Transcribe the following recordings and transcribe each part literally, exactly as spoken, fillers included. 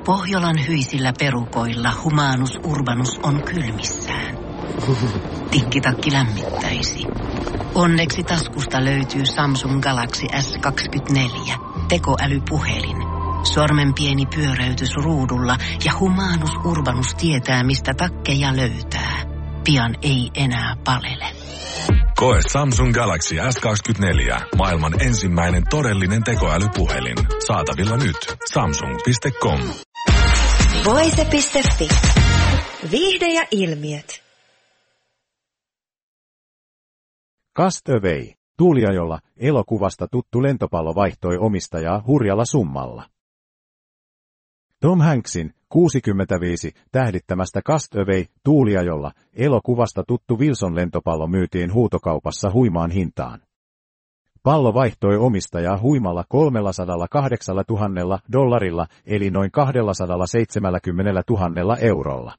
Pohjolan hyisillä perukoilla Humanus Urbanus on kylmissään. Tikkitakki lämmittäisi. Onneksi taskusta löytyy Samsung Galaxy S kaksikymmentäneljä, tekoälypuhelin. Sormen pieni pyöräytys ruudulla ja Humanus Urbanus tietää, mistä takkeja löytää. Pian ei enää palele. Koe Samsung Galaxy S kaksikymmentäneljä, maailman ensimmäinen todellinen tekoälypuhelin. Saatavilla nyt. Samsung piste com. Voise piste fi. Viihde ja ilmiöt. Cast Away. Tuuliajolla elokuvasta tuttu lentopallo vaihtoi omistajaa hurjalla summalla. Tom Hanksin kuusikymmentäviisi tähdittämästä Cast Away Tuuliajolla elokuvasta tuttu Wilson-lentopallo myytiin huutokaupassa huimaan hintaan. Pallo vaihtoi omistajaa huimalla kolmesataakahdeksantuhatta dollarilla eli noin kaksisataaseitsemänkymmentätuhatta eurolla.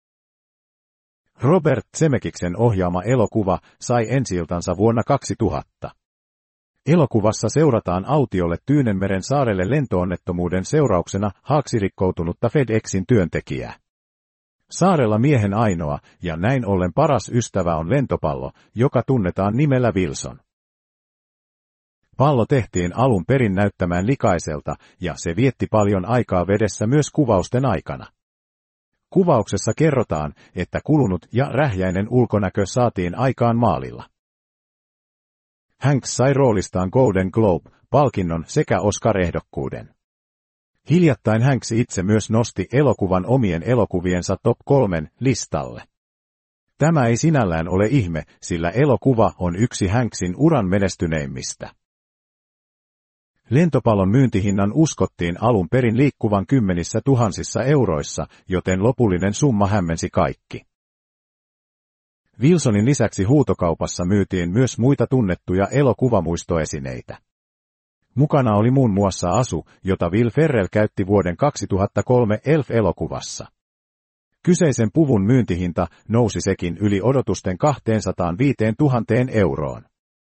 Robert Zemeckisen ohjaama elokuva sai ensi-iltansa vuonna kaksituhatta. Elokuvassa seurataan autiolle Tyynenmeren saarelle lentoonnettomuuden seurauksena haaksirikkoutunutta FedExin työntekijää. Saarella miehen ainoa ja näin ollen paras ystävä on lentopallo, joka tunnetaan nimellä Wilson. Pallo tehtiin alun perin näyttämään likaiselta ja se vietti paljon aikaa vedessä myös kuvausten aikana. Kuvauksessa kerrotaan, että kulunut ja rähjäinen ulkonäkö saatiin aikaan maalilla. Hanks sai roolistaan Golden Globe-palkinnon sekä Oscar-ehdokkuuden. Hiljattain Hanks itse myös nosti elokuvan omien elokuviensa top kolmen listalle. Tämä ei sinällään ole ihme, sillä elokuva on yksi Hanksin uran menestyneimmistä. Lentopallon myyntihinnan uskottiin alun perin liikkuvan kymmenissä tuhansissa euroissa, joten lopullinen summa hämmensi kaikki. Wilsonin lisäksi huutokaupassa myytiin myös muita tunnettuja elokuvamuistoesineitä. Mukana oli muun muassa asu, jota Will Ferrell käytti vuoden kaksituhattakolme Elf-elokuvassa. Kyseisen puvun myyntihinta nousi sekin yli odotusten kaksisataaviisituhatta euroon.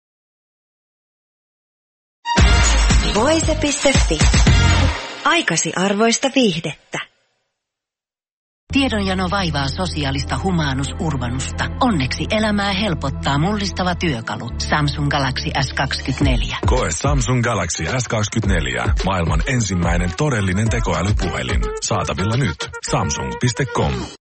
Voise piste fi. Aikasi arvoista viihdettä. Tiedonjano vaivaa sosiaalista Humanus Urbanusta. Onneksi elämää helpottaa mullistava työkalu. Samsung Galaxy S kaksikymmentäneljä. Koe Samsung Galaxy S kaksikymmentäneljä, maailman ensimmäinen todellinen tekoälypuhelin. Saatavilla nyt. Samsung piste com.